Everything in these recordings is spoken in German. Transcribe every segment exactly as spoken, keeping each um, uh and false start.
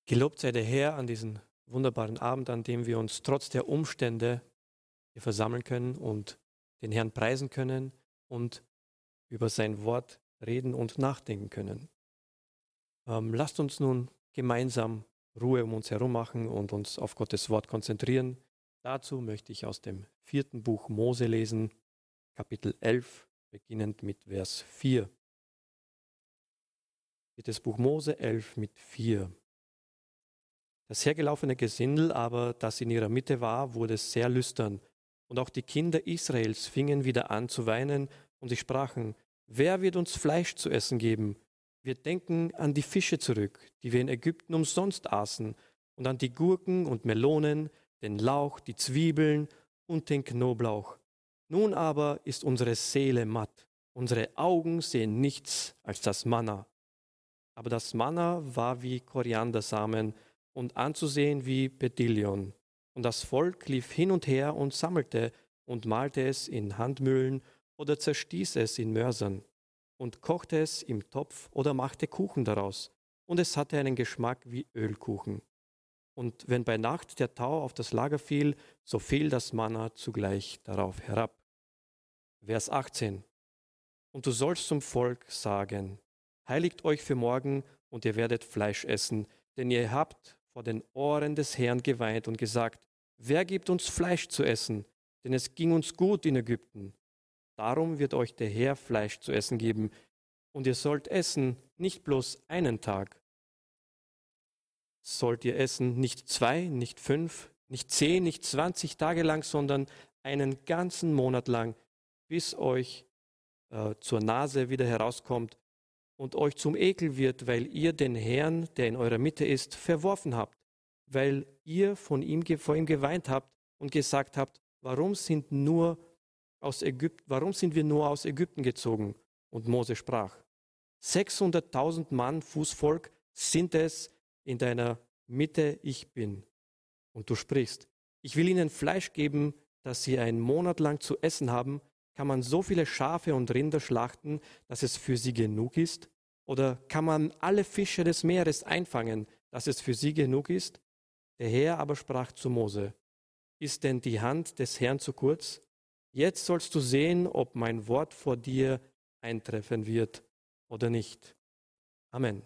Gelobt sei der Herr an diesen wunderbaren Abend, an dem wir uns trotz der Umstände hier versammeln können und den Herrn preisen können und über sein Wort reden und nachdenken können. Ähm, lasst uns nun gemeinsam Ruhe um uns herum machen und uns auf Gottes Wort konzentrieren. Dazu möchte ich aus dem vierten Buch Mose lesen, Kapitel elf, beginnend mit Vers vier. Viertes Buch Mose elf mit vier. Das hergelaufene Gesindel aber, das in ihrer Mitte war, wurde sehr lüstern. Und auch die Kinder Israels fingen wieder an zu weinen, und sie sprachen: Wer wird uns Fleisch zu essen geben? Wir denken an die Fische zurück, die wir in Ägypten umsonst aßen, und an die Gurken und Melonen, den Lauch, die Zwiebeln und den Knoblauch. Nun aber ist unsere Seele matt, unsere Augen sehen nichts als das Manna. Aber das Manna war wie Koriandersamen und anzusehen wie Bedillion. Und das Volk lief hin und her und sammelte und malte es in Handmühlen oder zerstieß es in Mörsern und kochte es im Topf oder machte Kuchen daraus. Und es hatte einen Geschmack wie Ölkuchen. Und wenn bei Nacht der Tau auf das Lager fiel, so fiel das Manna zugleich darauf herab. Vers achtzehn. Und du sollst zum Volk sagen: Heiligt euch für morgen, und ihr werdet Fleisch essen, denn ihr habt vor den Ohren des Herrn geweint und gesagt: Wer gibt uns Fleisch zu essen? Denn es ging uns gut in Ägypten. Darum wird euch der Herr Fleisch zu essen geben, und ihr sollt essen nicht bloß einen Tag. Sollt ihr essen nicht zwei, nicht fünf, nicht zehn, nicht zwanzig Tage lang, sondern einen ganzen Monat lang, bis euch äh, zur Nase wieder herauskommt und euch zum Ekel wird, weil ihr den Herrn, der in eurer Mitte ist, verworfen habt, weil ihr von ihm, vor ihm geweint habt und gesagt habt: Warum sind nur aus Ägypten, warum sind wir nur aus Ägypten gezogen? Und Mose sprach: sechshunderttausend Mann Fußvolk sind es in deiner Mitte, ich bin. Und du sprichst: Ich will ihnen Fleisch geben, das sie einen Monat lang zu essen haben. Kann man so viele Schafe und Rinder schlachten, dass es für sie genug ist? Oder kann man alle Fische des Meeres einfangen, dass es für sie genug ist? Der Herr aber sprach zu Mose: Ist denn die Hand des Herrn zu kurz? Jetzt sollst du sehen, ob mein Wort vor dir eintreffen wird oder nicht. Amen.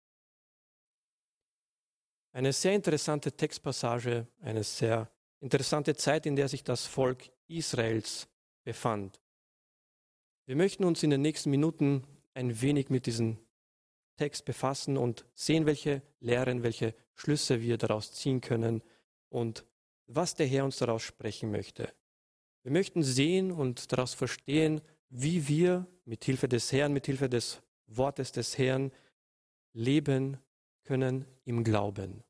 Eine sehr interessante Textpassage, eine sehr interessante Zeit, in der sich das Volk Israels befand. Wir möchten uns in den nächsten Minuten ein wenig mit diesem Text befassen und sehen, welche Lehren, welche Schlüsse wir daraus ziehen können und was der Herr uns daraus sprechen möchte. Wir möchten sehen und daraus verstehen, wie wir mit Hilfe des Herrn, mit Hilfe des Wortes des Herrn leben können im Glauben.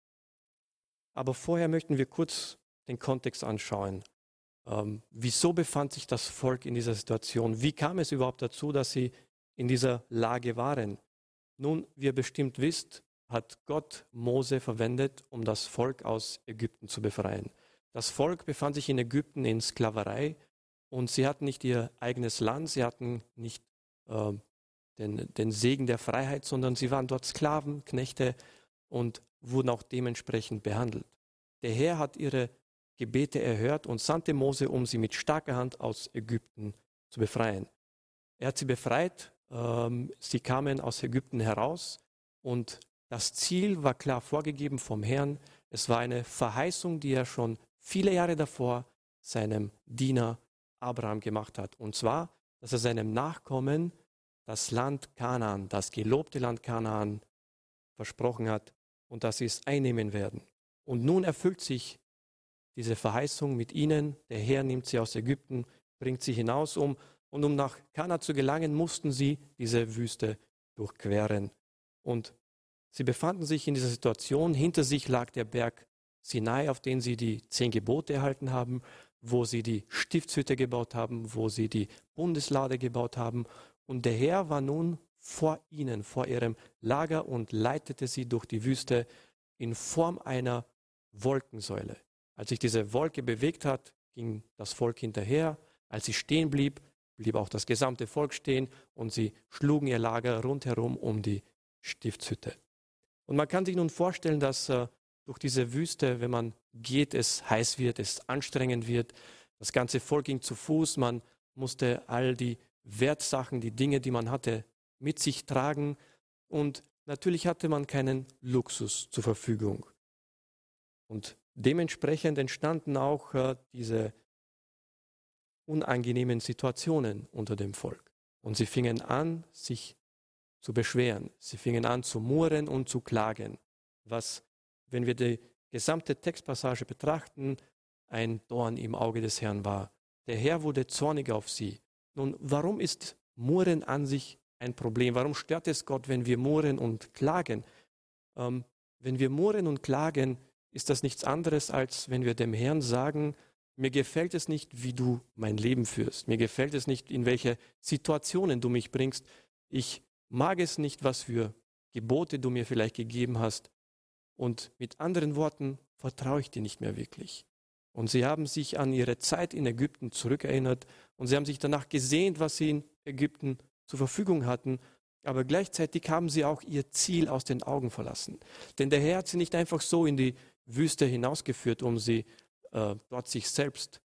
Aber vorher möchten wir kurz den Kontext anschauen. Ähm, wieso befand sich das Volk in dieser Situation? Wie kam es überhaupt dazu, dass sie in dieser Lage waren? Nun, wie ihr bestimmt wisst, hat Gott Mose verwendet, um das Volk aus Ägypten zu befreien. Das Volk befand sich in Ägypten in Sklaverei und sie hatten nicht ihr eigenes Land, sie hatten nicht äh, den, den Segen der Freiheit, sondern sie waren dort Sklaven, Knechte und wurden auch dementsprechend behandelt. Der Herr hat ihre Gebete erhört und sandte Mose, um sie mit starker Hand aus Ägypten zu befreien. Er hat sie befreit, ähm, sie kamen aus Ägypten heraus und das Ziel war klar vorgegeben vom Herrn. Es war eine Verheißung, die er schon viele Jahre davor seinem Diener Abraham gemacht hat. Und zwar, dass er seinem Nachkommen das Land Kanaan, das gelobte Land Kanaan versprochen hat und dass sie es einnehmen werden. Und nun erfüllt sich diese Verheißung mit ihnen. Der Herr nimmt sie aus Ägypten, bringt sie hinaus um. Und um nach Kanaan zu gelangen, mussten sie diese Wüste durchqueren. Und sie befanden sich in dieser Situation. Hinter sich lag der Berg Sinai, auf den sie die zehn Gebote erhalten haben, wo sie die Stiftshütte gebaut haben, wo sie die Bundeslade gebaut haben. Und der Herr war nun vor ihnen, vor ihrem Lager und leitete sie durch die Wüste in Form einer Wolkensäule. Als sich diese Wolke bewegt hat, ging das Volk hinterher. Als sie stehen blieb, blieb auch das gesamte Volk stehen und sie schlugen ihr Lager rundherum um die Stiftshütte. Und man kann sich nun vorstellen, dass äh, durch diese Wüste, wenn man geht, es heiß wird, es anstrengend wird. Das ganze Volk ging zu Fuß, man musste all die Wertsachen, die Dinge, die man hatte, mit sich tragen. Und natürlich hatte man keinen Luxus zur Verfügung. Und dementsprechend entstanden auch äh, diese unangenehmen Situationen unter dem Volk. Und sie fingen an, sich zu beschweren. Sie fingen an zu murren und zu klagen, was, wenn wir die gesamte Textpassage betrachten, ein Dorn im Auge des Herrn war. Der Herr wurde zornig auf sie. Nun, warum ist Murren an sich ein Problem? Warum stört es Gott, wenn wir murren und klagen? Ähm, wenn wir murren und klagen, ist das nichts anderes, als wenn wir dem Herrn sagen, mir gefällt es nicht, wie du mein Leben führst. Mir gefällt es nicht, in welche Situationen du mich bringst. Ich mag es nicht, was für Gebote du mir vielleicht gegeben hast. Und mit anderen Worten, vertraue ich dir nicht mehr wirklich. Und sie haben sich an ihre Zeit in Ägypten zurückerinnert und sie haben sich danach gesehnt, was sie in Ägypten zur Verfügung hatten. Aber gleichzeitig haben sie auch ihr Ziel aus den Augen verlassen. Denn der Herr hat sie nicht einfach so in die Wüste hinausgeführt, um sie äh, dort sich selbst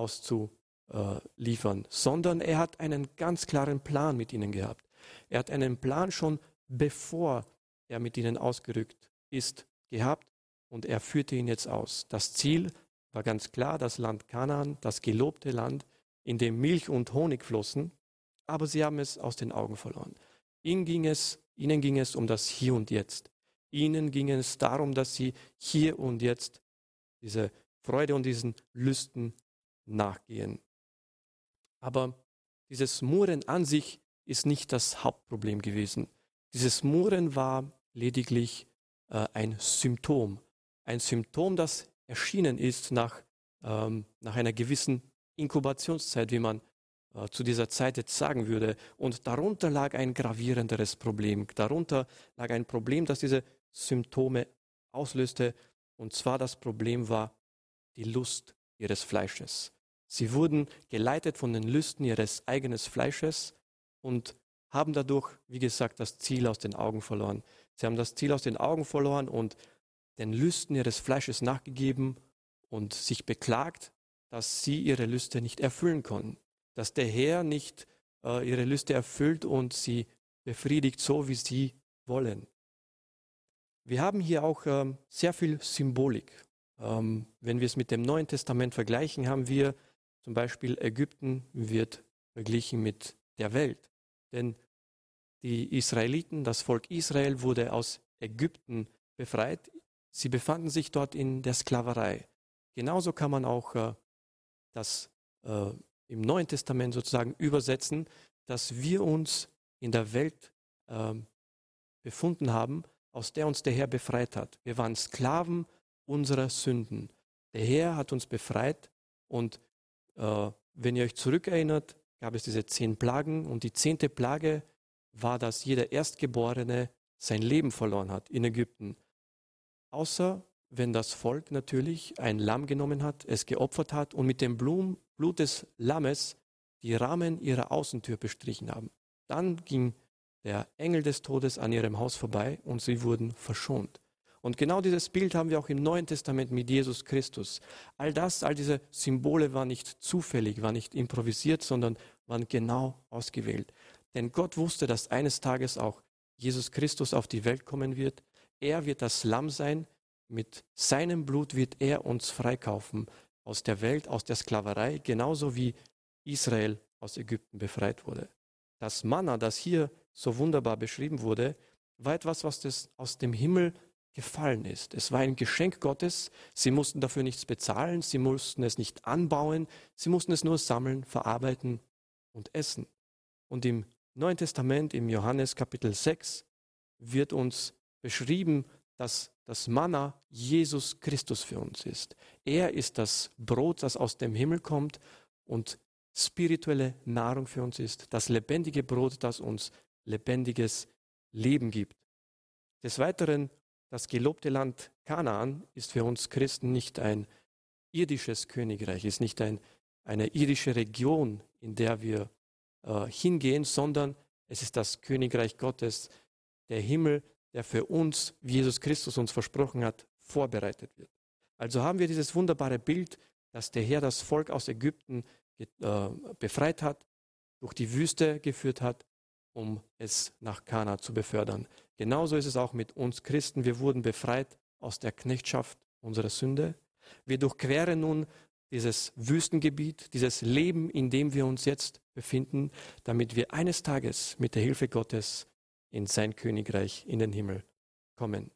auszuliefern, sondern er hat einen ganz klaren Plan mit ihnen gehabt. Er hat einen Plan schon bevor er mit ihnen ausgerückt ist, gehabt und er führte ihn jetzt aus. Das Ziel war ganz klar, das Land Kanaan, das gelobte Land, in dem Milch und Honig flossen, aber sie haben es aus den Augen verloren. Ihnen ging es, ihnen ging es um das Hier und Jetzt. Ihnen ging es darum, dass sie hier und jetzt diese Freude und diesen Lüsten nachgehen. Aber dieses Murren an sich ist nicht das Hauptproblem gewesen. Dieses Murren war lediglich äh, ein Symptom. Ein Symptom, das erschienen ist nach, ähm, nach einer gewissen Inkubationszeit, wie man äh, zu dieser Zeit jetzt sagen würde. Und darunter lag ein gravierenderes Problem. Darunter lag ein Problem, das diese Symptome auslöste. Und zwar das Problem war die Lust ihres Fleisches. Sie wurden geleitet von den Lüsten ihres eigenen Fleisches und haben dadurch, wie gesagt, das Ziel aus den Augen verloren. Sie haben das Ziel aus den Augen verloren und den Lüsten ihres Fleisches nachgegeben und sich beklagt, dass sie ihre Lüste nicht erfüllen konnten. Dass der Herr nicht äh, ihre Lüste erfüllt und sie befriedigt, so wie sie wollen. Wir haben hier auch ähm, sehr viel Symbolik. Ähm, wenn wir es mit dem Neuen Testament vergleichen, haben wir zum Beispiel Ägypten wird verglichen mit der Welt. Denn die Israeliten, das Volk Israel wurde aus Ägypten befreit. Sie befanden sich dort in der Sklaverei. Genauso kann man auch äh, das äh, im Neuen Testament sozusagen übersetzen, dass wir uns in der Welt äh, befunden haben, aus der uns der Herr befreit hat. Wir waren Sklaven unserer Sünden. Der Herr hat uns befreit und äh, wenn ihr euch zurückerinnert, gab es diese zehn Plagen und die zehnte Plage war, dass jeder Erstgeborene sein Leben verloren hat in Ägypten. Außer wenn das Volk natürlich ein Lamm genommen hat, es geopfert hat und mit dem Blut des Lammes die Rahmen ihrer Außentür bestrichen haben. Dann ging der Engel des Todes an ihrem Haus vorbei und sie wurden verschont. Und genau dieses Bild haben wir auch im Neuen Testament mit Jesus Christus. All das, all diese Symbole waren nicht zufällig, waren nicht improvisiert, sondern waren genau ausgewählt. Denn Gott wusste, dass eines Tages auch Jesus Christus auf die Welt kommen wird. Er wird das Lamm sein. Mit seinem Blut wird er uns freikaufen aus der Welt, aus der Sklaverei, genauso wie Israel aus Ägypten befreit wurde. Das Manna, das hier so wunderbar beschrieben wurde, war etwas, was das aus dem Himmel gefallen ist. Es war ein Geschenk Gottes. Sie mussten dafür nichts bezahlen, sie mussten es nicht anbauen, sie mussten es nur sammeln, verarbeiten und essen. Und im Neuen Testament, im Johannes Kapitel sechs, wird uns beschrieben, dass das Manna Jesus Christus für uns ist. Er ist das Brot, das aus dem Himmel kommt und spirituelle Nahrung für uns ist. Das lebendige Brot, das uns lebendiges Leben gibt. Des Weiteren, das gelobte Land Kanaan ist für uns Christen nicht ein irdisches Königreich, ist nicht ein, eine irdische Region, in der wir äh, hingehen, sondern es ist das Königreich Gottes, der Himmel, der für uns, wie Jesus Christus uns versprochen hat, vorbereitet wird. Also haben wir dieses wunderbare Bild, dass der Herr das Volk aus Ägypten äh, befreit hat, durch die Wüste geführt hat, um es nach Kana zu befördern. Genauso ist es auch mit uns Christen. Wir wurden befreit aus der Knechtschaft unserer Sünde. Wir durchqueren nun dieses Wüstengebiet, dieses Leben, in dem wir uns jetzt befinden, damit wir eines Tages mit der Hilfe Gottes in sein Königreich, in den Himmel kommen.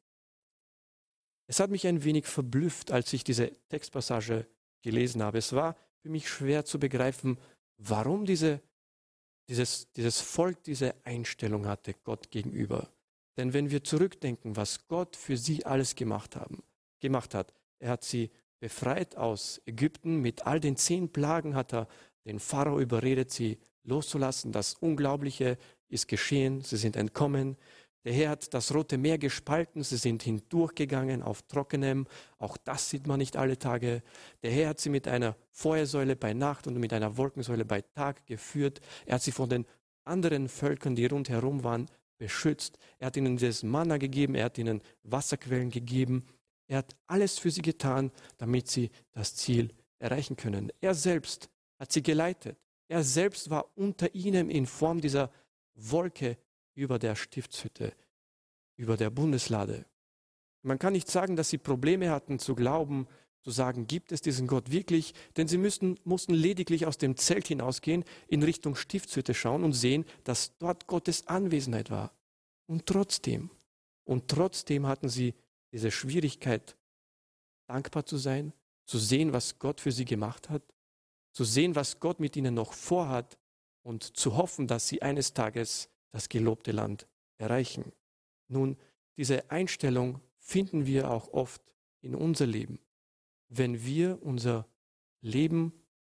Es hat mich ein wenig verblüfft, als ich diese Textpassage gelesen habe. Es war für mich schwer zu begreifen, warum diese, dieses, dieses Volk diese Einstellung hatte Gott gegenüber. Denn wenn wir zurückdenken, was Gott für sie alles gemacht, haben, gemacht hat, er hat sie befreit aus Ägypten, mit all den zehn Plagen hat er den Pharao überredet, sie loszulassen. Das Unglaubliche ist geschehen, sie sind entkommen. Der Herr hat das Rote Meer gespalten, sie sind hindurchgegangen auf Trockenem. Auch das sieht man nicht alle Tage. Der Herr hat sie mit einer Feuersäule bei Nacht und mit einer Wolkensäule bei Tag geführt. Er hat sie von den anderen Völkern, die rundherum waren, beschützt. Er hat ihnen das Manna gegeben, er hat ihnen Wasserquellen gegeben. Er hat alles für sie getan, damit sie das Ziel erreichen können. Er selbst hat sie geleitet. Er selbst war unter ihnen in Form dieser Wolke über der Stiftshütte, über der Bundeslade. Man kann nicht sagen, dass sie Probleme hatten zu glauben, zu sagen, gibt es diesen Gott wirklich? Denn sie müssten, mussten lediglich aus dem Zelt hinausgehen, in Richtung Stiftshütte schauen und sehen, dass dort Gottes Anwesenheit war. Und trotzdem, und trotzdem hatten sie diese Schwierigkeit, dankbar zu sein, zu sehen, was Gott für sie gemacht hat, zu sehen, was Gott mit ihnen noch vorhat und zu hoffen, dass sie eines Tages das gelobte Land erreichen. Nun, diese Einstellung finden wir auch oft in unser Leben. Wenn wir unser Leben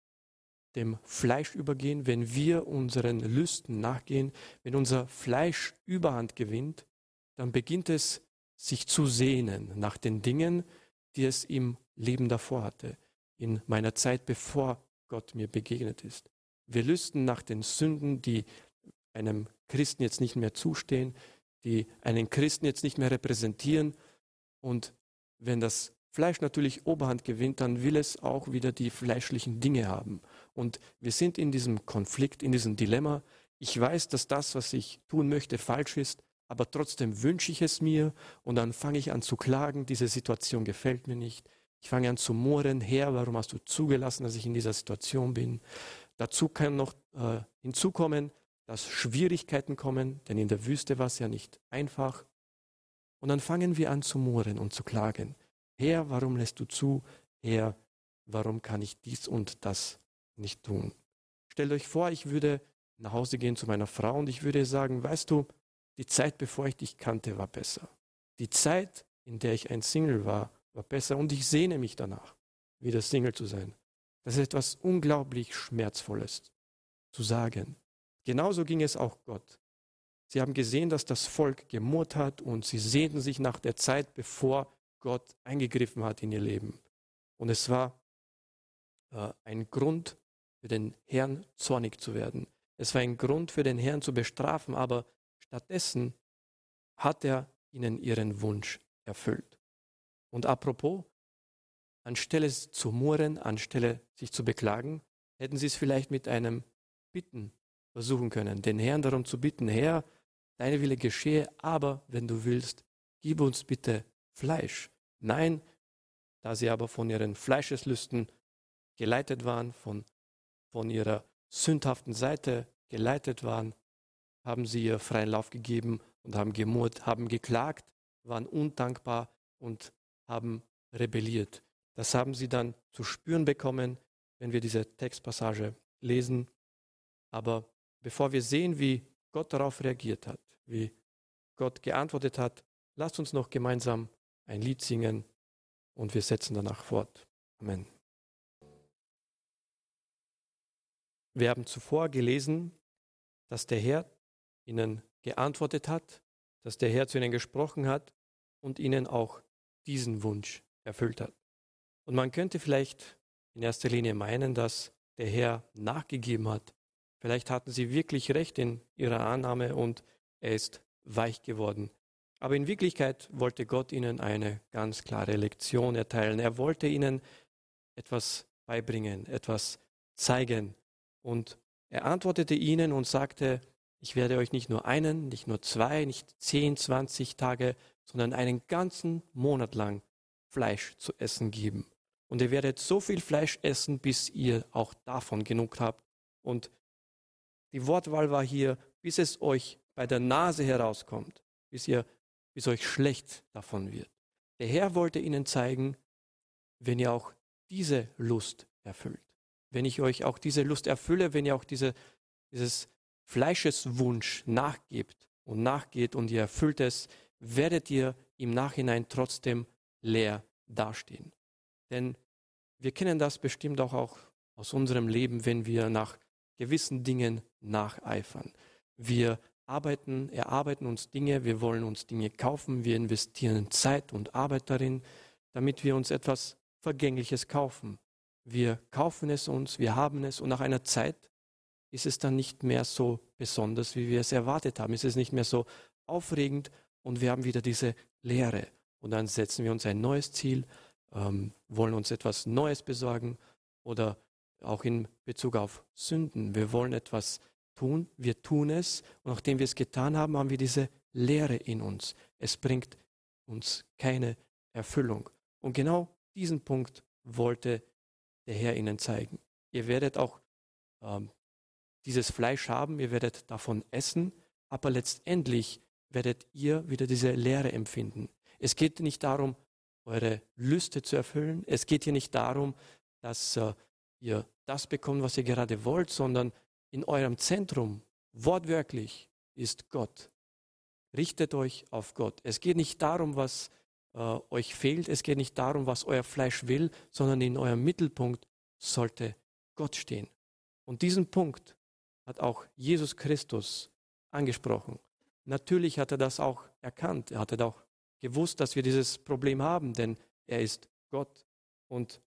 dem Fleisch übergehen, wenn wir unseren Lüsten nachgehen, wenn unser Fleisch Überhand gewinnt, dann beginnt es sich zu sehnen nach den Dingen, die es im Leben davor hatte, in meiner Zeit, bevor Gott mir begegnet ist. Wir lüsten nach den Sünden, die einem Christen jetzt nicht mehr zustehen, die einen Christen jetzt nicht mehr repräsentieren. Und wenn das Fleisch natürlich Oberhand gewinnt, dann will es auch wieder die fleischlichen Dinge haben. Und wir sind in diesem Konflikt, in diesem Dilemma. Ich weiß, dass das, was ich tun möchte, falsch ist, aber trotzdem wünsche ich es mir und dann fange ich an zu klagen, diese Situation gefällt mir nicht. Ich fange an zu murren, Herr, warum hast du zugelassen, dass ich in dieser Situation bin? Dazu kann noch äh, hinzukommen, dass Schwierigkeiten kommen, denn in der Wüste war es ja nicht einfach. Und dann fangen wir an zu murren und zu klagen. Herr, warum lässt du zu? Herr, warum kann ich dies und das nicht tun? Stellt euch vor, ich würde nach Hause gehen zu meiner Frau und ich würde sagen, weißt du, die Zeit, bevor ich dich kannte, war besser. Die Zeit, in der ich ein Single war, war besser und ich sehne mich danach, wieder Single zu sein. Das ist etwas unglaublich Schmerzvolles zu sagen. Genauso ging es auch Gott. Sie haben gesehen, dass das Volk gemurrt hat und sie sehnten sich nach der Zeit, bevor Gott eingegriffen hat in ihr Leben. Und es war äh, ein Grund für den Herrn, zornig zu werden. Es war ein Grund für den Herrn zu bestrafen, aber stattdessen hat er ihnen ihren Wunsch erfüllt. Und apropos, anstelle zu murren, anstelle sich zu beklagen, hätten sie es vielleicht mit einem Bitten versuchen können, den Herrn darum zu bitten, Herr, deine Wille geschehe, aber wenn du willst, gib uns bitte Fleisch. Nein, da sie aber von ihren Fleischeslüsten geleitet waren, von, von ihrer sündhaften Seite geleitet waren, haben sie ihr freien Lauf gegeben und haben gemurrt, haben geklagt, waren undankbar und haben rebelliert. Das haben sie dann zu spüren bekommen, wenn wir diese Textpassage lesen. Aber bevor wir sehen, wie Gott darauf reagiert hat, wie Gott geantwortet hat, lasst uns noch gemeinsam ein Lied singen und wir setzen danach fort. Amen. Wir haben zuvor gelesen, dass der Herr ihnen geantwortet hat, dass der Herr zu ihnen gesprochen hat und ihnen auch diesen Wunsch erfüllt hat. Und man könnte vielleicht in erster Linie meinen, dass der Herr nachgegeben hat. Vielleicht hatten sie wirklich recht in ihrer Annahme und er ist weich geworden. Aber in Wirklichkeit wollte Gott ihnen eine ganz klare Lektion erteilen. Er wollte ihnen etwas beibringen, etwas zeigen. Und er antwortete ihnen und sagte, ich werde euch nicht nur einen, nicht nur zwei, nicht zehn, zwanzig Tage, sondern einen ganzen Monat lang Fleisch zu essen geben. Und ihr werdet so viel Fleisch essen, bis ihr auch davon genug habt. Und die Wortwahl war hier, bis es euch bei der Nase herauskommt, bis ihr, bis euch schlecht davon wird. Der Herr wollte ihnen zeigen, wenn ihr auch diese Lust erfüllt, wenn ich euch auch diese Lust erfülle, wenn ihr auch diese, dieses Fleischeswunsch nachgebt und nachgeht und ihr erfüllt es, werdet ihr im Nachhinein trotzdem leer dastehen. Denn wir kennen das bestimmt auch, auch aus unserem Leben, wenn wir nach gewissen Dingen nacheifern. Wir arbeiten, erarbeiten uns Dinge, wir wollen uns Dinge kaufen, wir investieren Zeit und Arbeit darin, damit wir uns etwas Vergängliches kaufen. Wir kaufen es uns, wir haben es und nach einer Zeit ist es dann nicht mehr so besonders, wie wir es erwartet haben. Es ist nicht mehr so aufregend und wir haben wieder diese Leere. Und dann setzen wir uns ein neues Ziel, ähm, wollen uns etwas Neues besorgen oder auch in Bezug auf Sünden. Wir wollen etwas tun, wir tun es und nachdem wir es getan haben, haben wir diese Leere in uns. Es bringt uns keine Erfüllung. Und genau diesen Punkt wollte der Herr ihnen zeigen. Ihr werdet auch ähm, dieses Fleisch haben, ihr werdet davon essen, aber letztendlich werdet ihr wieder diese Leere empfinden. Es geht nicht darum, eure Lüste zu erfüllen. Es geht hier nicht darum, dass äh, ihr das bekommt, was ihr gerade wollt, sondern in eurem Zentrum, wortwörtlich, ist Gott. Richtet euch auf Gott. Es geht nicht darum, was äh, euch fehlt. Es geht nicht darum, was euer Fleisch will, sondern in eurem Mittelpunkt sollte Gott stehen. Und diesen Punkt hat auch Jesus Christus angesprochen. Natürlich hat er das auch erkannt. Er hatte auch gewusst, dass wir dieses Problem haben, denn er ist Gott. Und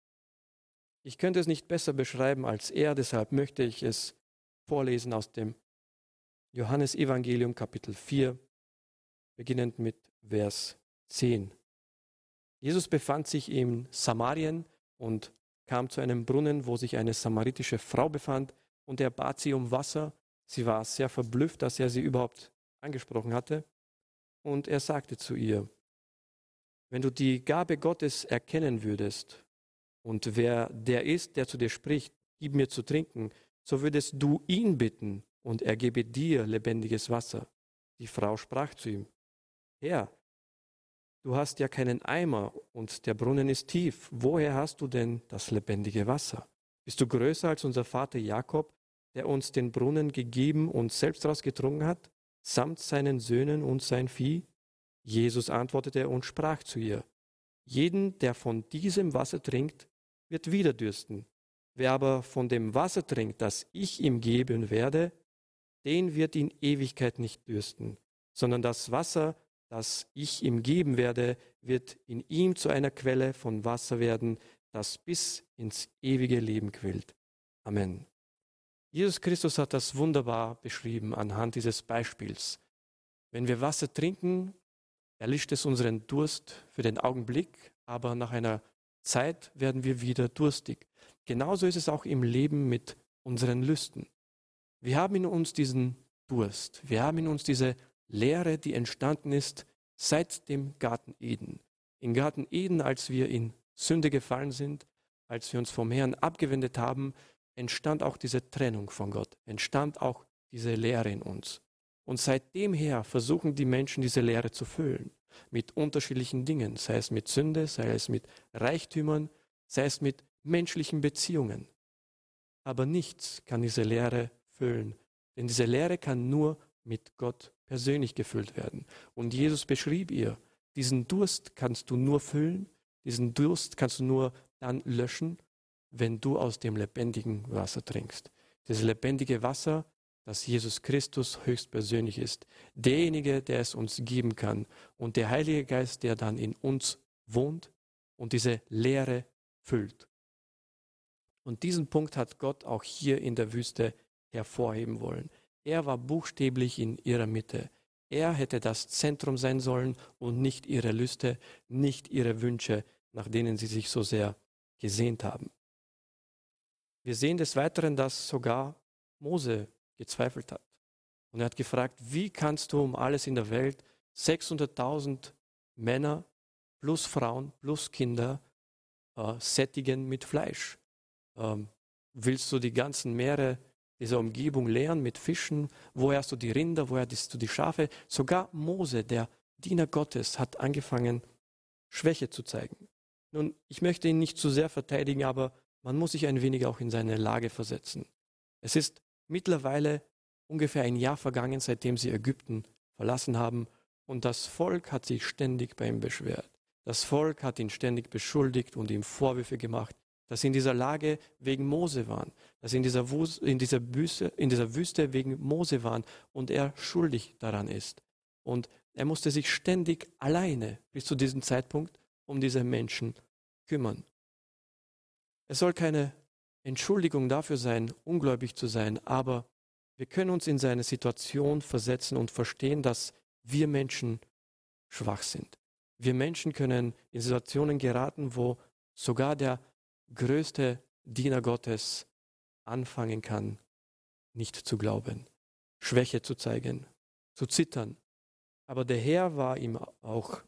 ich könnte es nicht besser beschreiben als er, deshalb möchte ich es vorlesen aus dem Johannesevangelium Kapitel vier, beginnend mit Vers zehn. Jesus befand sich in Samarien und kam zu einem Brunnen, wo sich eine samaritische Frau befand, und er bat sie um Wasser. Sie war sehr verblüfft, dass er sie überhaupt angesprochen hatte. Und er sagte zu ihr, wenn du die Gabe Gottes erkennen würdest und wer der ist, der zu dir spricht, gib mir zu trinken, so würdest du ihn bitten und er gebe dir lebendiges Wasser. Die Frau sprach zu ihm, Herr, du hast ja keinen Eimer und der Brunnen ist tief. Woher hast du denn das lebendige Wasser? Bist du größer als unser Vater Jakob, der uns den Brunnen gegeben und selbst daraus getrunken hat, samt seinen Söhnen und sein Vieh? Jesus antwortete und sprach zu ihr, jeden, der von diesem Wasser trinkt, wird wieder dürsten. Wer aber von dem Wasser trinkt, das ich ihm geben werde, den wird in Ewigkeit nicht dürsten, sondern das Wasser, das ich ihm geben werde, wird in ihm zu einer Quelle von Wasser werden, das bis ins ewige Leben quillt. Amen. Jesus Christus hat das wunderbar beschrieben anhand dieses Beispiels. Wenn wir Wasser trinken, erlischt es unseren Durst für den Augenblick, aber nach einer Zeit werden wir wieder durstig. Genauso ist es auch im Leben mit unseren Lüsten. Wir haben in uns diesen Durst, wir haben in uns diese Leere, die entstanden ist seit dem Garten Eden. Im Garten Eden, als wir in Sünde gefallen sind, als wir uns vom Herrn abgewendet haben, entstand auch diese Trennung von Gott, entstand auch diese Leere in uns. Und seitdem her versuchen die Menschen, diese Leere zu füllen. Mit unterschiedlichen Dingen, sei es mit Sünde, sei es mit Reichtümern, sei es mit menschlichen Beziehungen. Aber nichts kann diese Leere füllen. Denn diese Leere kann nur mit Gott persönlich gefüllt werden. Und Jesus beschrieb ihr, diesen Durst kannst du nur füllen, diesen Durst kannst du nur dann löschen, wenn du aus dem lebendigen Wasser trinkst. Das lebendige Wasser, dass Jesus Christus höchstpersönlich ist, derjenige, der es uns geben kann und der Heilige Geist, der dann in uns wohnt und diese Leere füllt. Und diesen Punkt hat Gott auch hier in der Wüste hervorheben wollen. Er war buchstäblich in ihrer Mitte. Er hätte das Zentrum sein sollen und nicht ihre Lüste, nicht ihre Wünsche, nach denen sie sich so sehr gesehnt haben. Wir sehen des Weiteren, dass sogar Mose gezweifelt hat. Und er hat gefragt, wie kannst du um alles in der Welt sechshunderttausend Männer plus Frauen plus Kinder äh, sättigen mit Fleisch? Ähm, willst du die ganzen Meere dieser Umgebung leeren mit Fischen? Woher hast du die Rinder? Woher hast du die Schafe? Sogar Mose, der Diener Gottes, hat angefangen, Schwäche zu zeigen. Nun, ich möchte ihn nicht zu sehr verteidigen, aber man muss sich ein wenig auch in seine Lage versetzen. Es ist mittlerweile ungefähr ein Jahr vergangen, seitdem sie Ägypten verlassen haben, und das Volk hat sich ständig bei ihm beschwert. Das Volk hat ihn ständig beschuldigt und ihm Vorwürfe gemacht, dass sie in dieser Lage wegen Mose waren, dass sie in dieser, Wus- in dieser, Büste, in dieser Wüste wegen Mose waren und er schuldig daran ist. Und er musste sich ständig alleine bis zu diesem Zeitpunkt um diese Menschen kümmern. Es soll keine Entschuldigung dafür sein, ungläubig zu sein, aber wir können uns in seine Situation versetzen und verstehen, dass wir Menschen schwach sind. Wir Menschen können in Situationen geraten, wo sogar der größte Diener Gottes anfangen kann, nicht zu glauben, Schwäche zu zeigen, zu zittern. Aber der Herr war ihm auch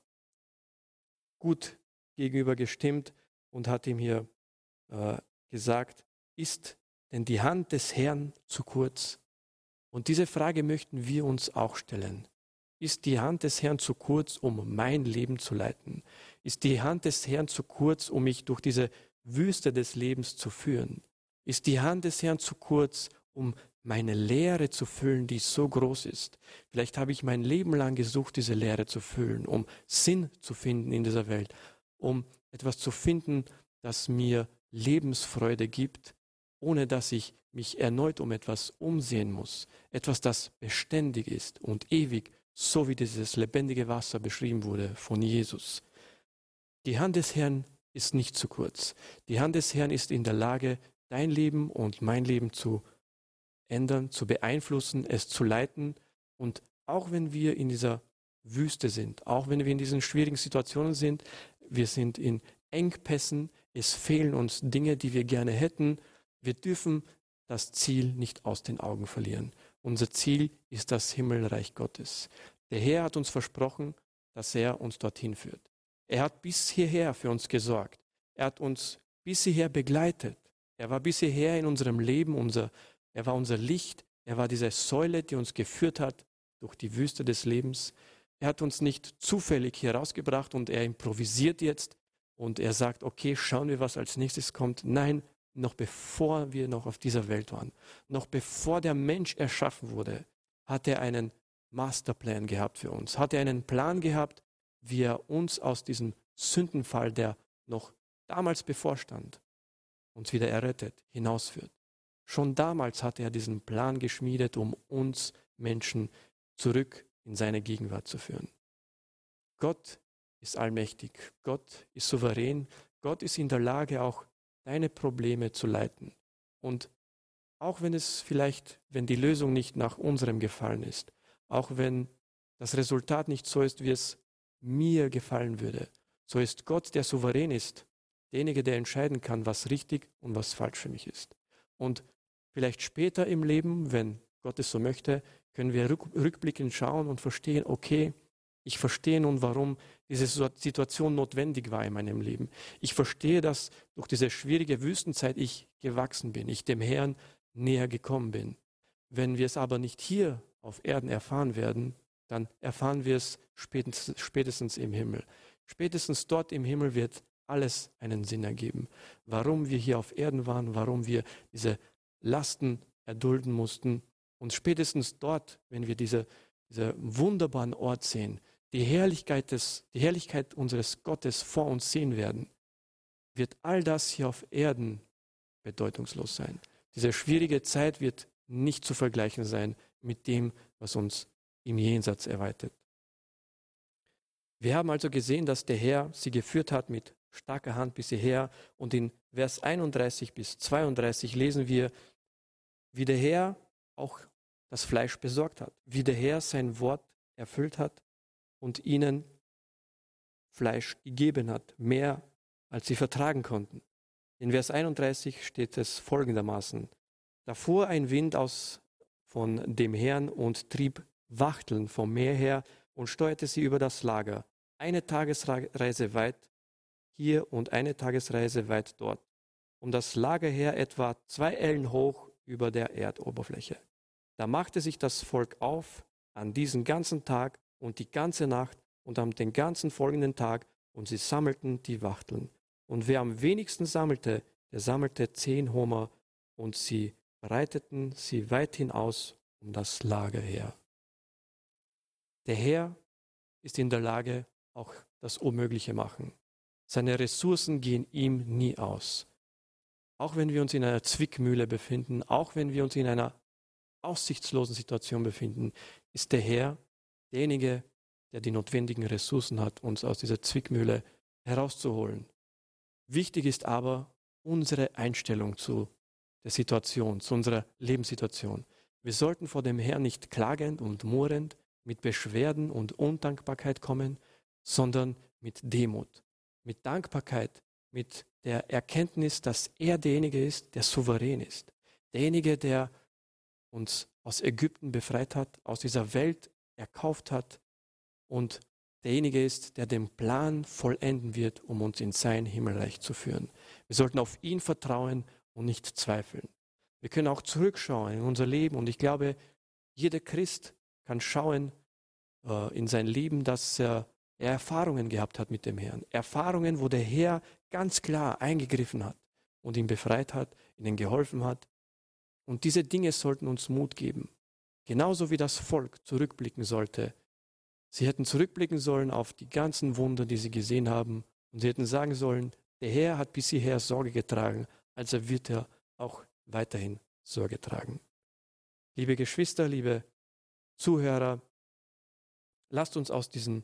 gut gegenüber gestimmt und hat ihm hier äh, gesagt, ist denn die Hand des Herrn zu kurz? Und diese Frage möchten wir uns auch stellen. Ist die Hand des Herrn zu kurz, um mein Leben zu leiten? Ist die Hand des Herrn zu kurz, um mich durch diese Wüste des Lebens zu führen? Ist die Hand des Herrn zu kurz, um meine Leere zu füllen, die so groß ist? Vielleicht habe ich mein Leben lang gesucht, diese Leere zu füllen, um Sinn zu finden in dieser Welt, um etwas zu finden, das mir Lebensfreude gibt, ohne dass ich mich erneut um etwas umsehen muss. Etwas, das beständig ist und ewig, so wie dieses lebendige Wasser beschrieben wurde von Jesus. Die Hand des Herrn ist nicht zu kurz. Die Hand des Herrn ist in der Lage, dein Leben und mein Leben zu ändern, zu beeinflussen, es zu leiten. Und auch wenn wir in dieser Wüste sind, auch wenn wir in diesen schwierigen Situationen sind, wir sind in Engpässen, es fehlen uns Dinge, die wir gerne hätten, wir dürfen das Ziel nicht aus den Augen verlieren. Unser Ziel ist das Himmelreich Gottes. Der Herr hat uns versprochen, dass er uns dorthin führt. Er hat bis hierher für uns gesorgt. Er hat uns bis hierher begleitet. Er war bis hierher in unserem Leben, unser, er war unser Licht, er war diese Säule, die uns geführt hat durch die Wüste des Lebens. Er hat uns nicht zufällig hier rausgebracht und er improvisiert jetzt und er sagt, okay, schauen wir, was als nächstes kommt. Nein, noch bevor wir noch auf dieser Welt waren, noch bevor der Mensch erschaffen wurde, hat er einen Masterplan gehabt für uns, hat er einen Plan gehabt, wie er uns aus diesem Sündenfall, der noch damals bevorstand, uns wieder errettet, hinausführt. Schon damals hat er diesen Plan geschmiedet, um uns Menschen zurück in seine Gegenwart zu führen. Gott ist allmächtig, Gott ist souverän, Gott ist in der Lage, auch deine Probleme zu leiten. Und auch wenn es vielleicht, wenn die Lösung nicht nach unserem Gefallen ist, auch wenn das Resultat nicht so ist, wie es mir gefallen würde, so ist Gott, der souverän ist, derjenige, der entscheiden kann, was richtig und was falsch für mich ist. Und vielleicht später im Leben, wenn Gott es so möchte, können wir rückblickend schauen und verstehen, okay, ich verstehe nun, warum diese Situation notwendig war in meinem Leben. Ich verstehe, dass durch diese schwierige Wüstenzeit ich gewachsen bin, ich dem Herrn näher gekommen bin. Wenn wir es aber nicht hier auf Erden erfahren werden, dann erfahren wir es spätestens, spätestens im Himmel. Spätestens dort im Himmel wird alles einen Sinn ergeben. Warum wir hier auf Erden waren, warum wir diese Lasten erdulden mussten. Und spätestens dort, wenn wir diese, diese wunderbaren Ort sehen, die Herrlichkeit, des, die Herrlichkeit unseres Gottes vor uns sehen werden, wird all das hier auf Erden bedeutungslos sein. Diese schwierige Zeit wird nicht zu vergleichen sein mit dem, was uns im Jenseits erwartet. Wir haben also gesehen, dass der Herr sie geführt hat mit starker Hand bis hierher. Und in Vers einunddreißig bis zweiunddreißig lesen wir, wie der Herr auch das Fleisch besorgt hat, wie der Herr sein Wort erfüllt hat und ihnen Fleisch gegeben hat, mehr als sie vertragen konnten. In Vers einunddreißig steht es folgendermaßen: Da fuhr ein Wind aus von dem Herrn und trieb Wachteln vom Meer her und steuerte sie über das Lager, eine Tagesreise weit hier und eine Tagesreise weit dort, um das Lager her etwa zwei Ellen hoch über der Erdoberfläche. Da machte sich das Volk auf an diesen ganzen Tag und die ganze Nacht und am den ganzen folgenden Tag, und sie sammelten die Wachteln. Und wer am wenigsten sammelte, der sammelte zehn Homer, und sie breiteten sie weit hinaus um das Lager her. Der Herr ist in der Lage, auch das Unmögliche machen. Seine Ressourcen gehen ihm nie aus. Auch wenn wir uns in einer Zwickmühle befinden, auch wenn wir uns in einer aussichtslosen Situation befinden, ist der Herr derjenige, der die notwendigen Ressourcen hat, uns aus dieser Zwickmühle herauszuholen. Wichtig ist aber unsere Einstellung zu der Situation, zu unserer Lebenssituation. Wir sollten vor dem Herrn nicht klagend und murrend mit Beschwerden und Undankbarkeit kommen, sondern mit Demut, mit Dankbarkeit, mit der Erkenntnis, dass er derjenige ist, der souverän ist, derjenige, der uns aus Ägypten befreit hat, aus dieser Welt erkauft hat und derjenige ist, der den Plan vollenden wird, um uns in sein Himmelreich zu führen. Wir sollten auf ihn vertrauen und nicht zweifeln. Wir können auch zurückschauen in unser Leben und ich glaube, jeder Christ kann schauen äh, in sein Leben, dass er Erfahrungen gehabt hat mit dem Herrn. Erfahrungen, wo der Herr ganz klar eingegriffen hat und ihn befreit hat, ihnen geholfen hat. Und diese Dinge sollten uns Mut geben. Genauso wie das Volk zurückblicken sollte. Sie hätten zurückblicken sollen auf die ganzen Wunder, die sie gesehen haben. Und sie hätten sagen sollen, der Herr hat bis hierher Sorge getragen, also wird er auch weiterhin Sorge tragen. Liebe Geschwister, liebe Zuhörer, lasst uns aus diesem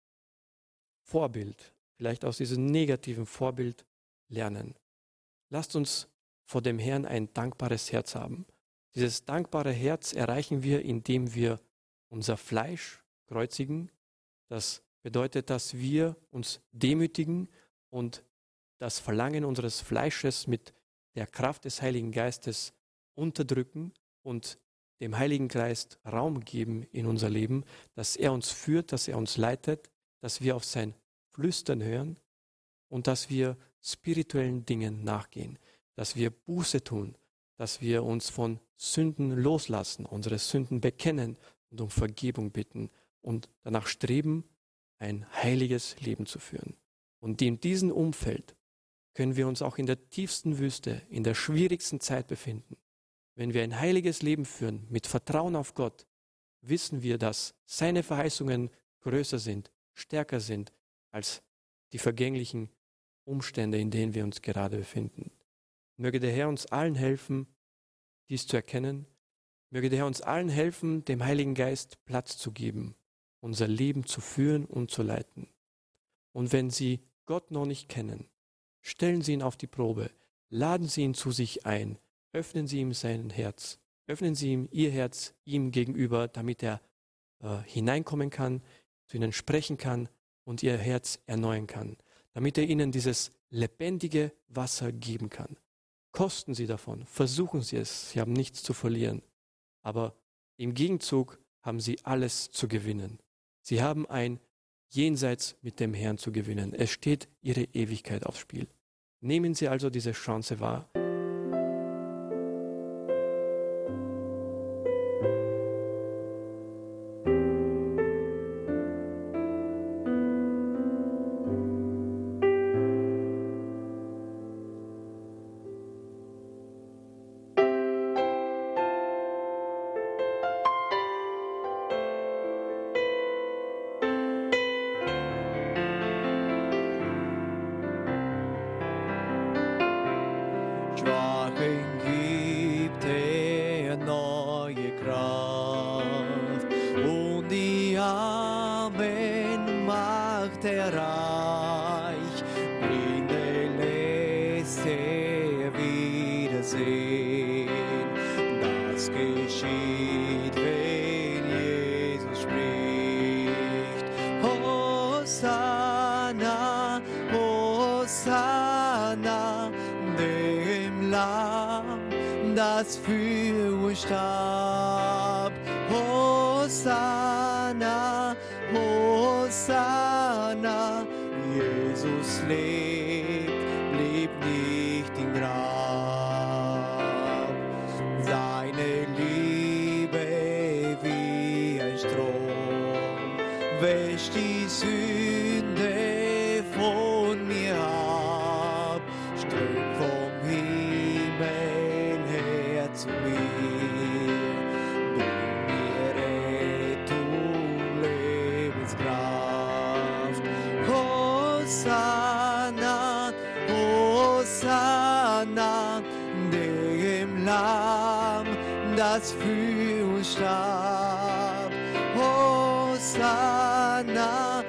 Vorbild, vielleicht aus diesem negativen Vorbild lernen. Lasst uns vor dem Herrn ein dankbares Herz haben. Dieses dankbare Herz erreichen wir, indem wir unser Fleisch kreuzigen. Das bedeutet, dass wir uns demütigen und das Verlangen unseres Fleisches mit der Kraft des Heiligen Geistes unterdrücken und dem Heiligen Geist Raum geben in unser Leben, dass er uns führt, dass er uns leitet, dass wir auf sein Flüstern hören und dass wir spirituellen Dingen nachgehen, dass wir Buße tun, dass wir uns von Sünden loslassen, unsere Sünden bekennen und um Vergebung bitten und danach streben, ein heiliges Leben zu führen. Und in diesem Umfeld können wir uns auch in der tiefsten Wüste, in der schwierigsten Zeit befinden. Wenn wir ein heiliges Leben führen, mit Vertrauen auf Gott, wissen wir, dass seine Verheißungen größer sind, stärker sind als die vergänglichen Umstände, in denen wir uns gerade befinden. Möge der Herr uns allen helfen, dies zu erkennen. Möge der Herr uns allen helfen, dem Heiligen Geist Platz zu geben, unser Leben zu führen und zu leiten. Und wenn Sie Gott noch nicht kennen, stellen Sie ihn auf die Probe, laden Sie ihn zu sich ein, öffnen Sie ihm sein Herz, öffnen Sie ihm Ihr Herz ihm gegenüber, damit er äh, hineinkommen kann, zu Ihnen sprechen kann und Ihr Herz erneuern kann, damit er Ihnen dieses lebendige Wasser geben kann. Kosten Sie davon, versuchen Sie es, Sie haben nichts zu verlieren, aber im Gegenzug haben Sie alles zu gewinnen. Sie haben ein Jenseits mit dem Herrn zu gewinnen. Es steht Ihre Ewigkeit aufs Spiel. Nehmen Sie also diese Chance wahr. Das geschieht, wenn Jesus spricht. Hosanna, dem Lamm, das für uns starb. Hosanna, Hosanna, Jesus lebt, blieb nicht im Grab. Seine Liebe wie ein Strom wäscht die Sünde von mir ab, strömt vom Himmel her zu mir, bringt mir Rettung, Lebenskraft. Hosanna, Hosanna, dem Lamm, das für uns starb. Hosanna,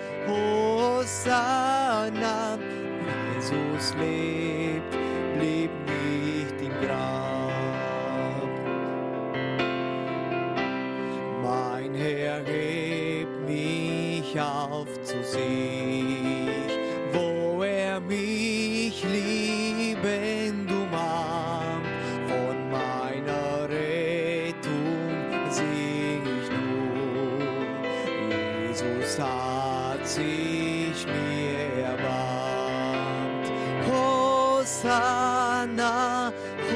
Hosanna, Jesus lebt, blieb nicht im Grab. Mein Herr hebt mich auf zu sich, wo er mich liebend umarmt. Von meiner Rettung sing ich nur, Jesus hat sich mir erbarmt. Hosanna,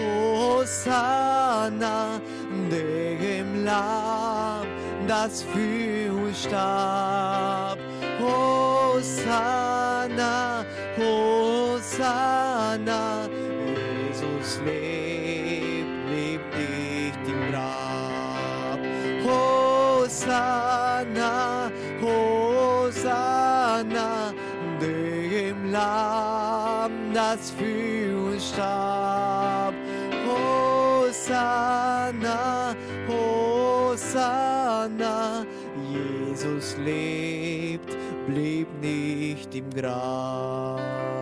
Hosanna, dem Lamm, das für uns starb. Hosanna, Hosanna, Jesus lebt, lebt nicht im Grab. Hosanna, Hosanna, dem Lamm, das für uns starb. Hosanna, Hosanna, Jesus lebt, blieb nicht im Grab.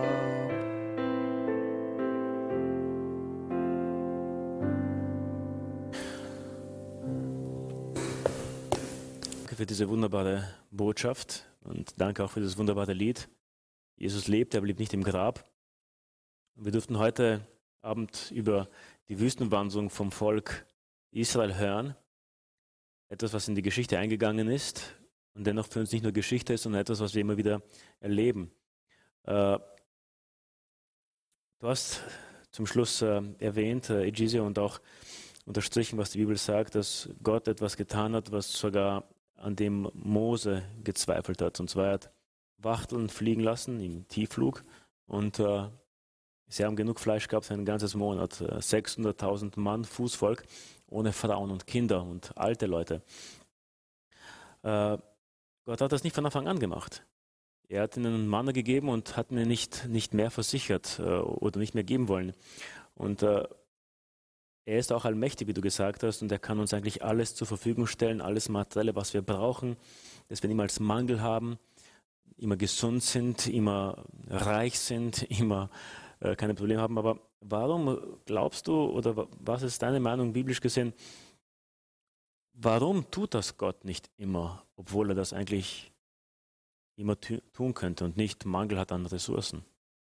Danke für diese wunderbare Botschaft und danke auch für das wunderbare Lied. Jesus lebt, er blieb nicht im Grab. Wir durften heute Abend über die Wüstenwanderung vom Volk Israel hören. Etwas, was in die Geschichte eingegangen ist und dennoch für uns nicht nur Geschichte ist, sondern etwas, was wir immer wieder erleben. Äh, du hast zum Schluss äh, erwähnt, äh, Egizio, und auch unterstrichen, was die Bibel sagt, dass Gott etwas getan hat, was sogar an dem Mose gezweifelt hat. Und zwar er hat Wachteln fliegen lassen im Tiefflug und äh, sie haben genug Fleisch gehabt für ein ganzes Monat. sechshunderttausend Mann, Fußvolk, ohne Frauen und Kinder und alte Leute. Äh, Gott hat das nicht von Anfang an gemacht. Er hat ihnen Manna gegeben und hat ihnen nicht, nicht mehr versichert äh, oder nicht mehr geben wollen. Und äh, er ist auch allmächtig, wie du gesagt hast, und er kann uns eigentlich alles zur Verfügung stellen, alles Materielle, was wir brauchen, dass wir niemals Mangel haben, immer gesund sind, immer reich sind, immer äh, keine Probleme haben. Aber warum glaubst du, oder was ist deine Meinung biblisch gesehen, warum tut das Gott nicht immer, obwohl er das eigentlich immer tun könnte und nicht Mangel hat an Ressourcen?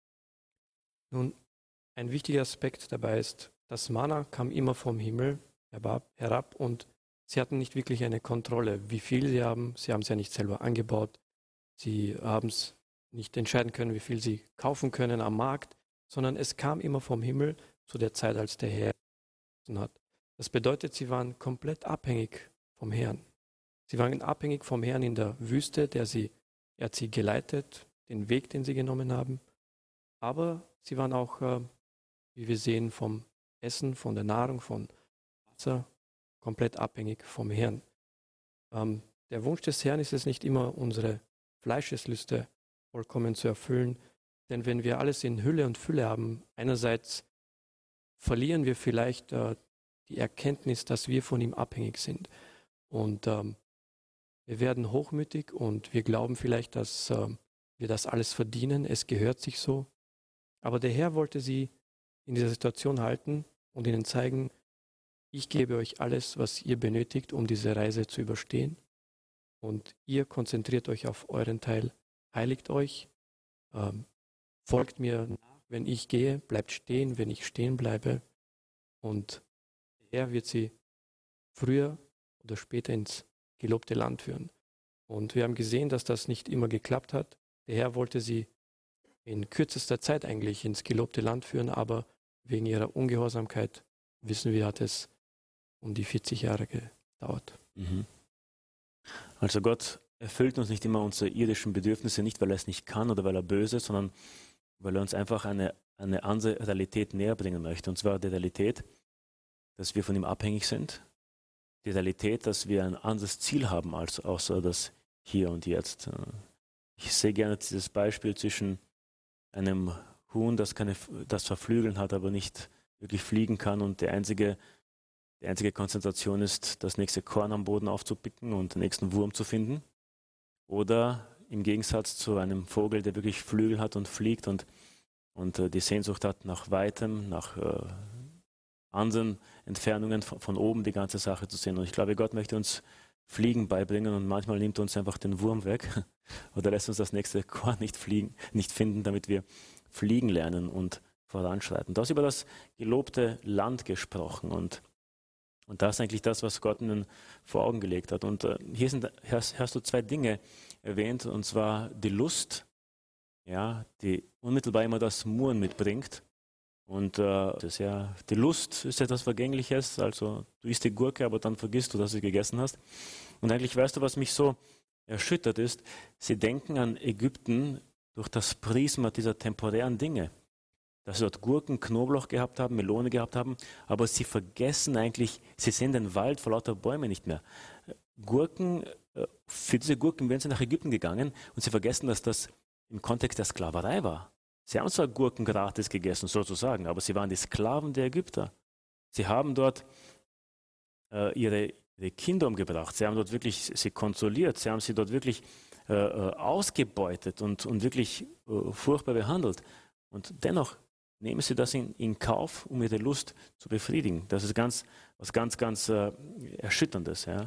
Nun, ein wichtiger Aspekt dabei ist, das Manna kam immer vom Himmel herab und sie hatten nicht wirklich eine Kontrolle, wie viel sie haben. Sie haben es ja nicht selber angebaut. Sie haben es nicht entscheiden können, wie viel sie kaufen können am Markt, sondern es kam immer vom Himmel zu der Zeit, als der Herr hat. Das bedeutet, sie waren komplett abhängig vom Herrn. Sie waren abhängig vom Herrn in der Wüste, der sie, er hat sie geleitet, den Weg, den sie genommen haben. Aber sie waren auch, äh, wie wir sehen, vom Essen, von der Nahrung, von Wasser, komplett abhängig vom Herrn. Ähm, der Wunsch des Herrn ist es nicht immer, unsere Fleischeslüste vollkommen zu erfüllen, denn wenn wir alles in Hülle und Fülle haben, einerseits verlieren wir vielleicht äh, die Erkenntnis, dass wir von ihm abhängig sind. Und ähm, wir werden hochmütig und wir glauben vielleicht, dass äh, wir das alles verdienen, es gehört sich so. Aber der Herr wollte sie in dieser Situation halten und ihnen zeigen, ich gebe euch alles, was ihr benötigt, um diese Reise zu überstehen. Und ihr konzentriert euch auf euren Teil, heiligt euch, ähm, folgt mir nach, wenn ich gehe, bleibt stehen, wenn ich stehen bleibe. Und er wird sie früher oder später ins gelobte Land führen. Und wir haben gesehen, dass das nicht immer geklappt hat. Der Herr wollte sie in kürzester Zeit eigentlich ins gelobte Land führen, aber wegen ihrer Ungehorsamkeit, wissen wir, hat es um die vierzig Jahre gedauert. Mhm. Also Gott erfüllt uns nicht immer unsere irdischen Bedürfnisse, nicht weil er es nicht kann oder weil er böse ist, sondern weil er uns einfach eine, eine andere Realität näher bringen möchte. Und zwar die Realität, dass wir von ihm abhängig sind, die Realität, dass wir ein anderes Ziel haben als außer das Hier und Jetzt. Ich sehe gerne dieses Beispiel zwischen einem Huhn, das, keine, das zwar Flügeln hat, aber nicht wirklich fliegen kann und die einzige, die einzige Konzentration ist, das nächste Korn am Boden aufzupicken und den nächsten Wurm zu finden. Oder im Gegensatz zu einem Vogel, der wirklich Flügel hat und fliegt und, und äh, die Sehnsucht hat nach Weitem, nach äh, anderen Entfernungen von, von oben die ganze Sache zu sehen. Und ich glaube, Gott möchte uns Fliegen beibringen und manchmal nimmt er uns einfach den Wurm weg oder lässt uns das nächste Korn nicht fliegen, nicht finden, damit wir fliegen lernen und voranschreiten. Du hast über das gelobte Land gesprochen und, und das ist eigentlich das, was Gott ihnen vor Augen gelegt hat. Und äh, hier sind, hast, hast du zwei Dinge erwähnt, und zwar die Lust, ja, die unmittelbar immer das Murren mitbringt. Und äh, das, ja, die Lust ist etwas Vergängliches, also du isst die Gurke, aber dann vergisst du, dass du sie gegessen hast. Und eigentlich weißt du, was mich so erschüttert ist, sie denken an Ägypten durch das Prisma dieser temporären Dinge. Dass sie dort Gurken, Knoblauch gehabt haben, Melone gehabt haben, aber sie vergessen eigentlich, sie sehen den Wald vor lauter Bäumen nicht mehr. Gurken, für diese Gurken wären sie nach Ägypten gegangen und sie vergessen, dass das im Kontext der Sklaverei war. Sie haben zwar Gurken gratis gegessen, sozusagen, aber sie waren die Sklaven der Ägypter. Sie haben dort äh, ihre, ihre Kinder umgebracht, sie haben dort wirklich sie kontrolliert, sie haben sie dort wirklich äh, ausgebeutet und, und wirklich äh, furchtbar behandelt. Und dennoch nehmen sie das in, in Kauf, um ihre Lust zu befriedigen. Das ist ganz, was ganz, ganz äh, Erschütterndes. Ja.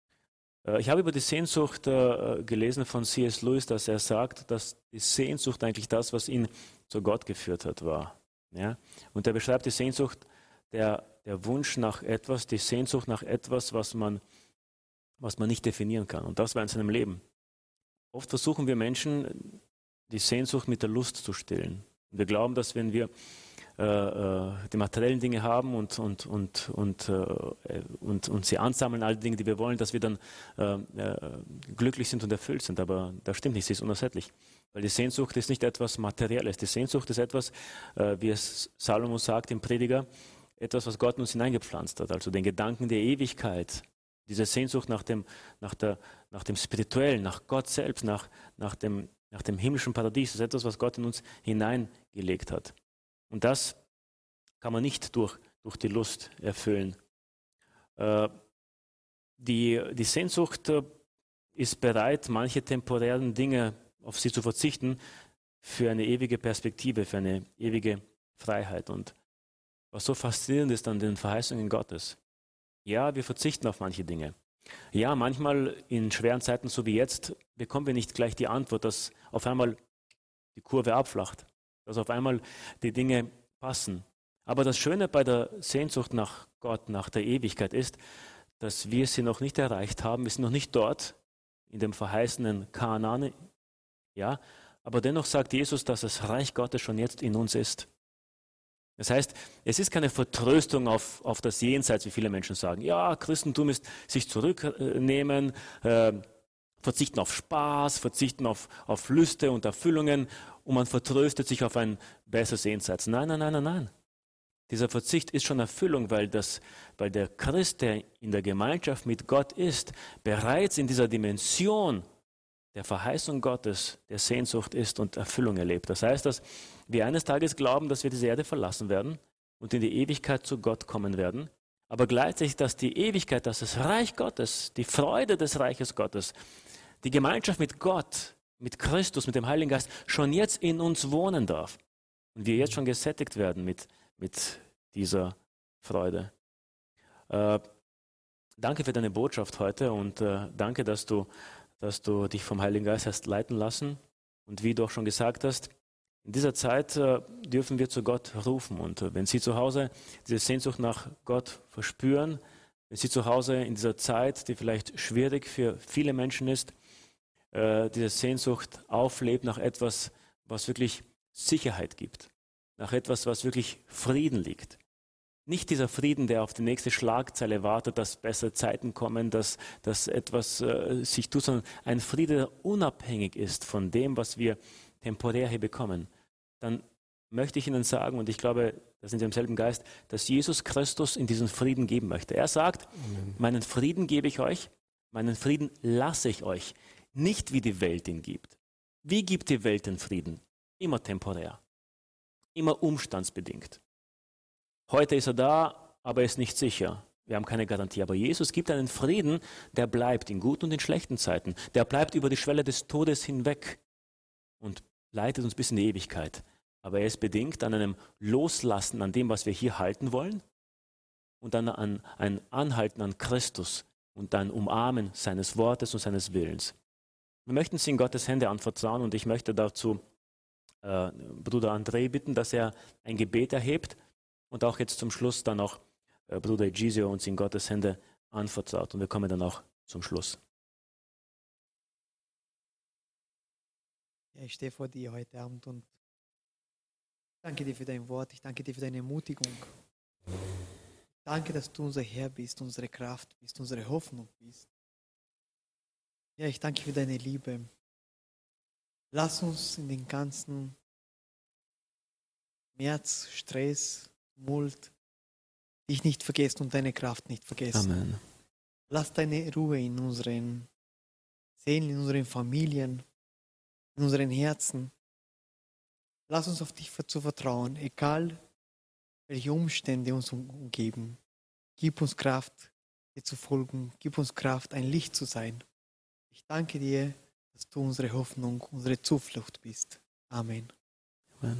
Ich habe über die Sehnsucht äh, gelesen von C S Lewis, dass er sagt, dass die Sehnsucht eigentlich das, was ihn zu Gott geführt hat, war. Ja? Und er beschreibt die Sehnsucht, der, der Wunsch nach etwas, die Sehnsucht nach etwas, was man, was man nicht definieren kann. Und das war in seinem Leben. Oft versuchen wir Menschen, die Sehnsucht mit der Lust zu stillen. Und wir glauben, dass wenn wir äh, die materiellen Dinge haben und, und, und, und, äh, und, und sie ansammeln, alle Dinge, die wir wollen, dass wir dann äh, äh, glücklich sind und erfüllt sind. Aber das stimmt nicht, sie ist unersättlich. Weil die Sehnsucht ist nicht etwas Materielles. Die Sehnsucht ist etwas, äh, wie es Salomo sagt im Prediger, etwas, was Gott in uns hineingepflanzt hat. Also den Gedanken der Ewigkeit, diese Sehnsucht nach dem, nach der, nach dem Spirituellen, nach Gott selbst, nach, nach, dem, nach dem himmlischen Paradies. Das ist etwas, was Gott in uns hineingelegt hat. Und das kann man nicht durch, durch die Lust erfüllen. Äh, die, die Sehnsucht äh, ist bereit, manche temporären Dinge, auf sie zu verzichten, für eine ewige Perspektive, für eine ewige Freiheit. Und was so faszinierend ist an den Verheißungen Gottes. Ja, wir verzichten auf manche Dinge. Ja, manchmal in schweren Zeiten, so wie jetzt, bekommen wir nicht gleich die Antwort, dass auf einmal die Kurve abflacht. Dass auf einmal die Dinge passen. Aber das Schöne bei der Sehnsucht nach Gott, nach der Ewigkeit ist, dass wir sie noch nicht erreicht haben. Wir sind noch nicht dort, in dem verheißenen Kanaan. Ja, aber dennoch sagt Jesus, dass das Reich Gottes schon jetzt in uns ist. Das heißt, es ist keine Vertröstung auf, auf das Jenseits, wie viele Menschen sagen. Ja, Christentum ist sich zurücknehmen, äh, verzichten auf Spaß, verzichten auf, auf Lüste und Erfüllungen und man vertröstet sich auf ein besseres Jenseits. Nein, nein, nein, nein, nein. Dieser Verzicht ist schon Erfüllung, weil, das, weil der Christ, der in der Gemeinschaft mit Gott ist, bereits in dieser Dimension der Verheißung Gottes, der Sehnsucht ist und Erfüllung erlebt. Das heißt, dass wir eines Tages glauben, dass wir diese Erde verlassen werden und in die Ewigkeit zu Gott kommen werden, aber gleichzeitig, dass die Ewigkeit, dass das Reich Gottes, die Freude des Reiches Gottes, die Gemeinschaft mit Gott, mit Christus, mit dem Heiligen Geist schon jetzt in uns wohnen darf. Und wir jetzt schon gesättigt werden mit, mit dieser Freude. Äh, danke für deine Botschaft heute und äh, danke, dass du, dass du dich vom Heiligen Geist hast leiten lassen. Und wie du auch schon gesagt hast, In dieser Zeit äh, dürfen wir zu Gott rufen. Und äh, wenn Sie zu Hause diese Sehnsucht nach Gott verspüren, wenn Sie zu Hause in dieser Zeit, die vielleicht schwierig für viele Menschen ist, äh, diese Sehnsucht auflebt nach etwas, was wirklich Sicherheit gibt, nach etwas, was wirklich Frieden liegt. Nicht dieser Frieden, der auf die nächste Schlagzeile wartet, dass bessere Zeiten kommen, dass, dass etwas äh, sich tut, sondern ein Friede, der unabhängig ist von dem, was wir temporär hier bekommen. Dann möchte ich Ihnen sagen, und ich glaube, da sind Sie im selben Geist, dass Jesus Christus in diesen Frieden geben möchte. Er sagt, Amen. Meinen Frieden gebe ich euch, meinen Frieden lasse ich euch, nicht wie die Welt ihn gibt. Wie gibt die Welt den Frieden? Immer temporär, immer umstandsbedingt. Heute ist er da, aber er ist nicht sicher. Wir haben keine Garantie. Aber Jesus gibt einen Frieden, der bleibt in guten und in schlechten Zeiten. Der bleibt über die Schwelle des Todes hinweg und leitet uns bis in die Ewigkeit. Aber er ist bedingt an einem Loslassen an dem, was wir hier halten wollen und dann an ein Anhalten an Christus und ein Umarmen seines Wortes und seines Willens. Wir möchten sie in Gottes Hände anvertrauen und ich möchte dazu äh, Bruder André bitten, dass er ein Gebet erhebt und auch jetzt zum Schluss dann auch äh, Bruder Egisio uns in Gottes Hände anvertraut. Und wir kommen dann auch zum Schluss. Ja, ich stehe vor dir heute Abend und danke dir für dein Wort. Ich danke dir für deine Ermutigung. Danke, dass du unser Herr bist, unsere Kraft bist, unsere Hoffnung bist. Ja, ich danke für deine Liebe. Lass uns in den ganzen Schmerz, Stress, Tumult dich nicht vergessen und deine Kraft nicht vergessen. Amen. Lass deine Ruhe in unseren Seelen, in unseren Familien, in unseren Herzen. Lass uns auf dich zu vertrauen, egal welche Umstände uns umgeben. Gib uns Kraft, dir zu folgen. Gib uns Kraft, ein Licht zu sein. Ich danke dir, dass du unsere Hoffnung, unsere Zuflucht bist. Amen. Amen.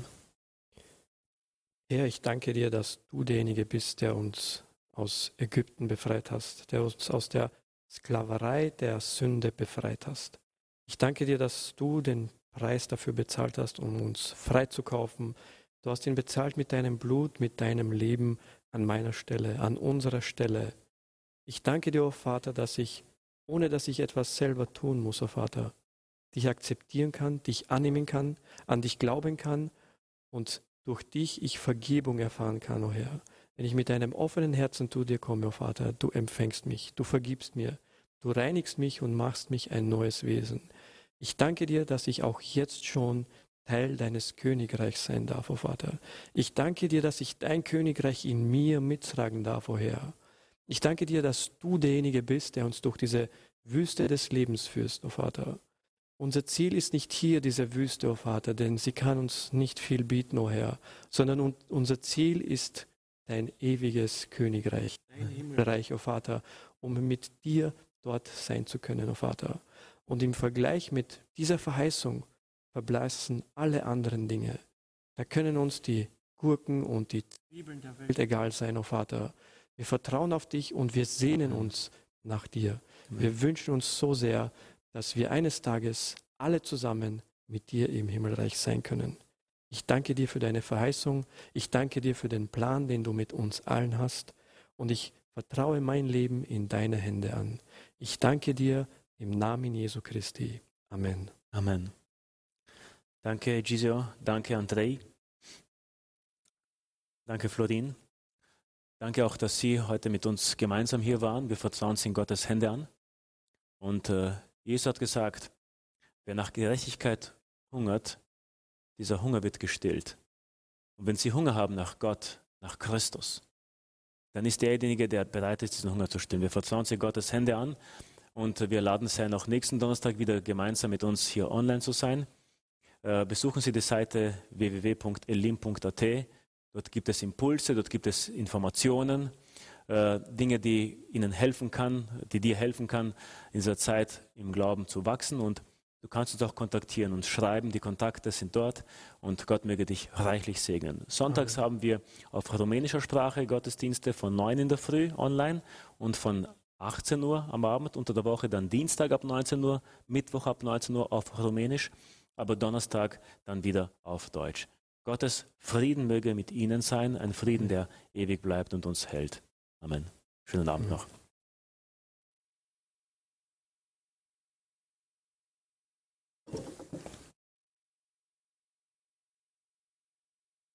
Herr, ich danke dir, dass du derjenige bist, der uns aus Ägypten befreit hast, der uns aus der Sklaverei der Sünde befreit hast. Ich danke dir, dass du den Preis dafür bezahlt hast, um uns freizukaufen. Du hast ihn bezahlt mit deinem Blut, mit deinem Leben an meiner Stelle, an unserer Stelle. Ich danke dir, oh Vater, dass ich, ohne dass ich etwas selber tun muss, oh Vater, dich akzeptieren kann, dich annehmen kann, an dich glauben kann und durch dich ich Vergebung erfahren kann, oh Herr. Wenn ich mit einem offenen Herzen zu dir komme, oh Vater, du empfängst mich, du vergibst mir, du reinigst mich und machst mich ein neues Wesen. Ich danke dir, dass ich auch jetzt schon Teil deines Königreichs sein darf, oh Vater. Ich danke dir, dass ich dein Königreich in mir mittragen darf, oh Herr. Ich danke dir, dass du derjenige bist, der uns durch diese Wüste des Lebens führst, oh Vater. Unser Ziel ist nicht hier diese Wüste, oh Vater, denn sie kann uns nicht viel bieten, oh Herr, sondern un- unser Ziel ist dein ewiges Königreich, dein Himmelreich, oh Vater, um mit dir dort sein zu können, oh Vater. Und im Vergleich mit dieser Verheißung verblassen alle anderen Dinge. Da können uns die Gurken und die Zwiebeln der Welt egal sein, oh Vater. Wir vertrauen auf dich und wir sehnen uns nach dir. Wir wünschen uns so sehr, dass wir eines Tages alle zusammen mit dir im Himmelreich sein können. Ich danke dir für deine Verheißung. Ich danke dir für den Plan, den du mit uns allen hast. Und ich vertraue mein Leben in deine Hände an. Ich danke dir im Namen Jesu Christi. Amen. Amen. Danke, Egisio. Danke, André. Danke, Florin. Danke auch, dass Sie heute mit uns gemeinsam hier waren. Wir vertrauen Sie in Gottes Hände an. Und äh, Jesus hat gesagt, wer nach Gerechtigkeit hungert, dieser Hunger wird gestillt. Und wenn Sie Hunger haben nach Gott, nach Christus, dann ist derjenige, der bereit ist, diesen Hunger zu stillen. Wir vertrauen Sie in Gottes Hände an und wir laden Sie ein, auch nächsten Donnerstag wieder gemeinsam mit uns hier online zu sein. Äh, besuchen Sie die Seite w w w punkt elim punkt a t. Dort gibt es Impulse, dort gibt es Informationen, äh, Dinge, die Ihnen helfen kann, die dir helfen kann, in dieser Zeit im Glauben zu wachsen. Und du kannst uns auch kontaktieren und schreiben, die Kontakte sind dort und Gott möge dich reichlich segnen. Sonntags haben wir auf rumänischer Sprache Gottesdienste von neun in der Früh online und von achtzehn Uhr am Abend, unter der Woche dann Dienstag ab neunzehn Uhr, Mittwoch ab neunzehn Uhr auf Rumänisch. aber Donnerstag dann wieder auf Deutsch. Gottes Frieden möge mit Ihnen sein, ein Frieden, der ewig bleibt und uns hält. Amen. Schönen Abend noch.